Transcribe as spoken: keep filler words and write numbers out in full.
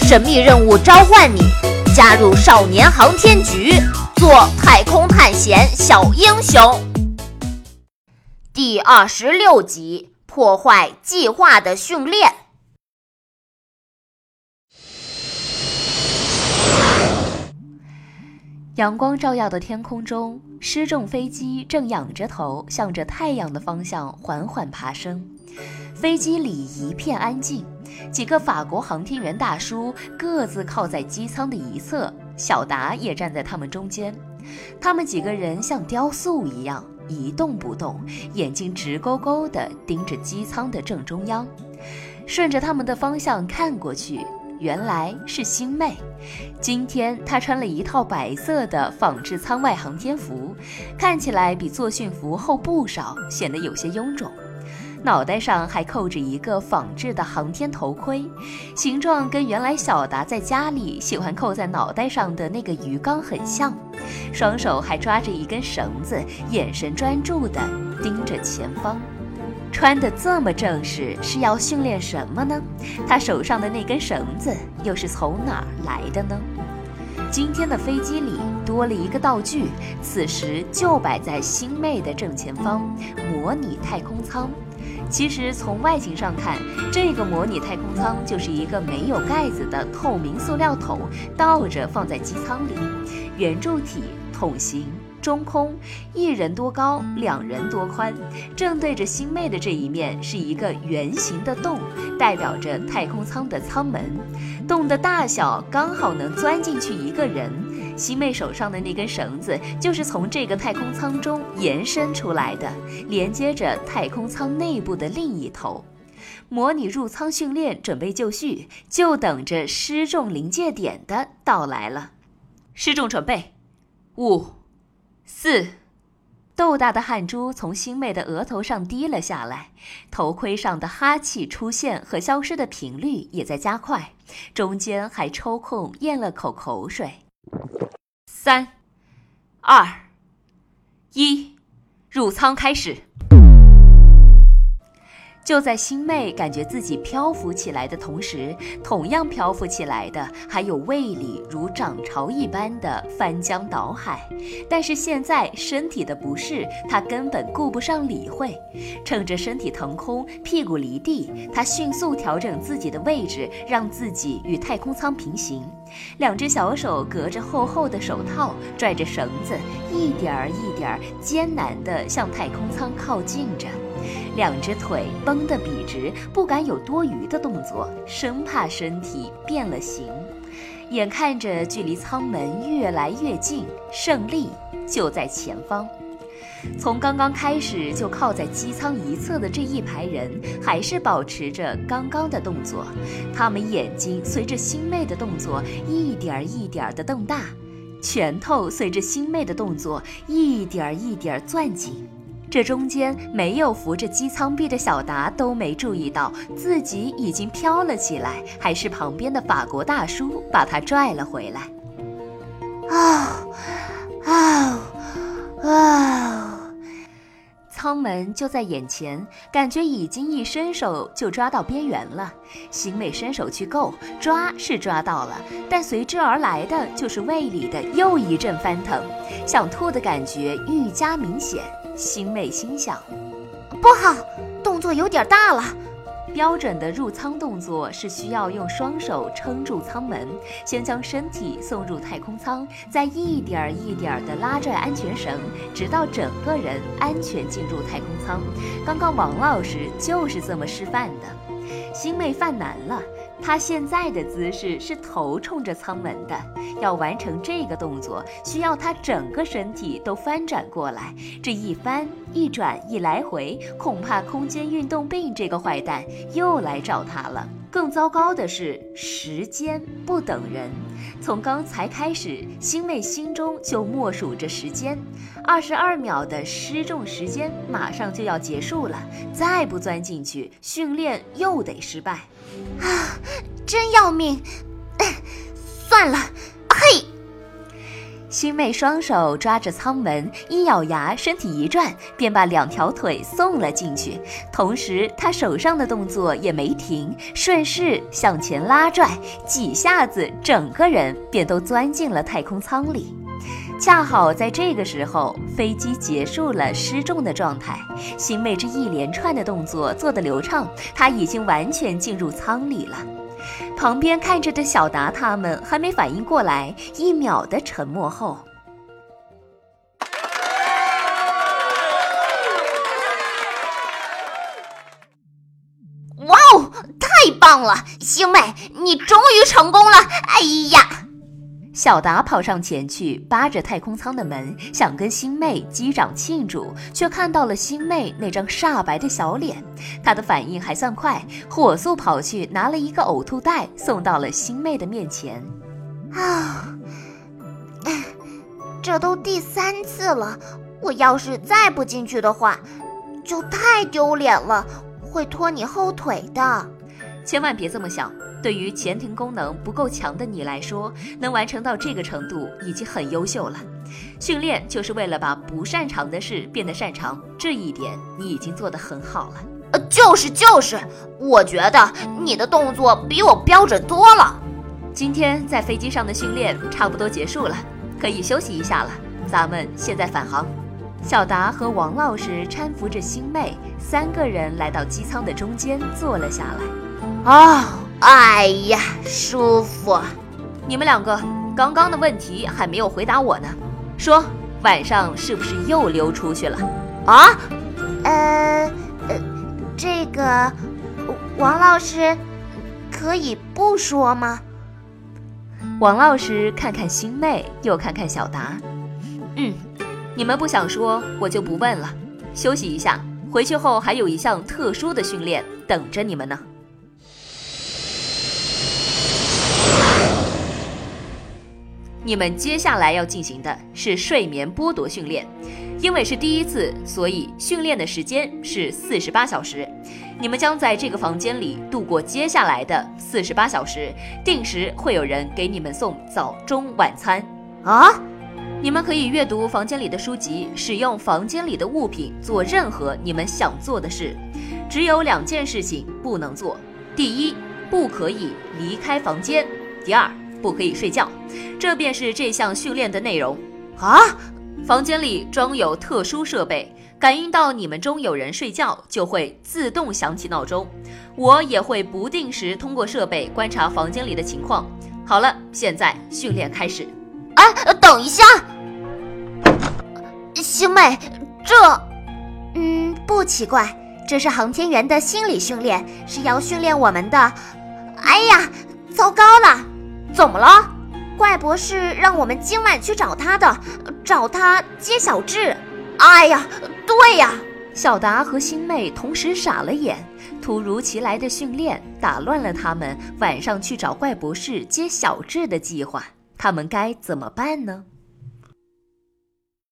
神秘任务召唤你，加入少年航天局，做太空探险小英雄。第二十六集，破坏计划的训练。 阳光照耀的天空中，失重飞机正仰着头向着太阳的方向缓缓爬升。飞机里一片安静，几个法国航天员大叔各自靠在机舱的一侧，小达也站在他们中间。他们几个人像雕塑一样一动不动，眼睛直勾勾地盯着机舱的正中央。顺着他们的方向看过去，原来是星妹。今天她穿了一套白色的仿制舱外航天服，看起来比作训服厚不少，显得有些臃肿。脑袋上还扣着一个仿制的航天头盔，形状跟原来小达在家里喜欢扣在脑袋上的那个鱼缸很像。双手还抓着一根绳子，眼神专注地盯着前方。穿得这么正式，是要训练什么呢？他手上的那根绳子又是从哪儿来的呢？今天的飞机里多了一个道具，此时就摆在星妹的正前方，模拟太空舱。其实从外形上看，这个模拟太空舱就是一个没有盖子的透明塑料桶，倒着放在机舱里，圆柱体，筒形，中空，一人多高，两人多宽。正对着星妹的这一面是一个圆形的洞，代表着太空舱的舱门，洞的大小刚好能钻进去一个人。星妹手上的那根绳子就是从这个太空舱中延伸出来的，连接着太空舱内部的另一头。模拟入舱训练准备就绪，就等着失重临界点的到来了。失重准备，五、四，豆大的汗珠从星妹的额头上滴了下来，头盔上的哈气出现和消失的频率也在加快，中间还抽空咽了口口水。三、二、一，入舱开始。就在星妹感觉自己漂浮起来的同时，同样漂浮起来的还有胃里如涨潮一般的翻江倒海。但是现在身体的不适，她根本顾不上理会。趁着身体腾空，屁股离地，她迅速调整自己的位置，让自己与太空舱平行。两只小手隔着厚厚的手套，拽着绳子，一点儿一点儿艰难地向太空舱靠近着。两只腿绷得笔直，不敢有多余的动作，生怕身体变了形。眼看着距离舱门越来越近，胜利就在前方。从刚刚开始就靠在机舱一侧的这一排人，还是保持着刚刚的动作，他们眼睛随着星妹的动作一点一点地瞪大，拳头随着星妹的动作一点一点攥紧。这中间没有扶着机舱壁的小达都没注意到自己已经飘了起来，还是旁边的法国大叔把他拽了回来。 啊啊啊！ 舱门就在眼前，感觉已经一伸手就抓到边缘了。星妹伸手去够，抓是抓到了，但随之而来的就是胃里的又一阵翻腾，想吐的感觉愈加明显。星妹心想， 不好，动作有点大了。 标准的入舱动作是需要用双手撑住舱门，先将身体送入太空舱，再一点一点地拉拽安全绳，直到整个人安全进入太空舱。刚刚王老师就是这么示范的。星妹犯难了，她现在的姿势是头冲着舱门的，要完成这个动作，需要她整个身体都翻转过来。这一翻一转一来回，恐怕空间运动病这个坏蛋又来找她了。更糟糕的是，时间不等人。从刚才开始，星妹心中就默数着时间，二十二秒的失重时间马上就要结束了，再不钻进去，训练又得失败。 啊，真要命！算了，嘿！ 星妹双手抓着舱门，一咬牙，身体一转，便把两条腿送了进去。同时，她手上的动作也没停，顺势向前拉拽，几下子，整个人便都钻进了太空舱里。恰好在这个时候，飞机结束了失重的状态。星妹这一连串的动作做得流畅，她已经完全进入舱里了。旁边看着的小达他们还没反应过来，一秒的沉默后， 哇哦，太棒了，星妹，你终于成功了！哎呀！ 小达跑上前去，扒着太空舱的门，想跟星妹击掌庆祝，却看到了星妹那张煞白的小脸。他的反应还算快，火速跑去拿了一个呕吐袋，送到了星妹的面前。 啊，这都第三次了，我要是再不进去的话，就太丢脸了，会拖你后腿的。 千万别这么想。对于前庭功能不够强的你来说，能完成到这个程度已经很优秀了。训练就是为了把不擅长的事变得擅长，这一点你已经做得很好了。 呃，就是就是，我觉得你的动作比我标准多了。 今天在飞机上的训练差不多结束了，可以休息一下了。咱们现在返航。小达和王老师搀扶着星妹，三个人来到机舱的中间坐了下来。 啊、哦！哎呀，舒服！ 你们两个刚刚的问题还没有回答我呢，说晚上是不是又溜出去了？ 啊？呃呃，这个王老师可以不说吗？ 王老师看看星妹，又看看小达。嗯，你们不想说，我就不问了。休息一下，回去后还有一项特殊的训练等着你们呢。你们接下来要进行的是睡眠剥夺训练，因为是第一次，所以训练的时间是四十八小时。你们将在这个房间里度过接下来的四十八小时，定时会有人给你们送早中晚餐。 啊？ 你们可以阅读房间里的书籍，使用房间里的物品做任何你们想做的事。只有两件事情不能做：第一，不可以离开房间；第二，不可以睡觉。这便是这项训练的内容。 啊， 房间里装有特殊设备，感应到你们中有人睡觉，就会自动响起闹钟。我也会不定时通过设备观察房间里的情况。好了，现在训练开始。 哎，等一下，星妹，这……嗯，不奇怪，这是航天员的心理训练，是要训练我们的。哎呀，糟糕了！怎么了？怪博士让我们今晚去找他的，找他接小智。哎呀，对呀！ 小达和星妹同时傻了眼，突如其来的训练打乱了他们晚上去找怪博士接小智的计划，他们该怎么办呢？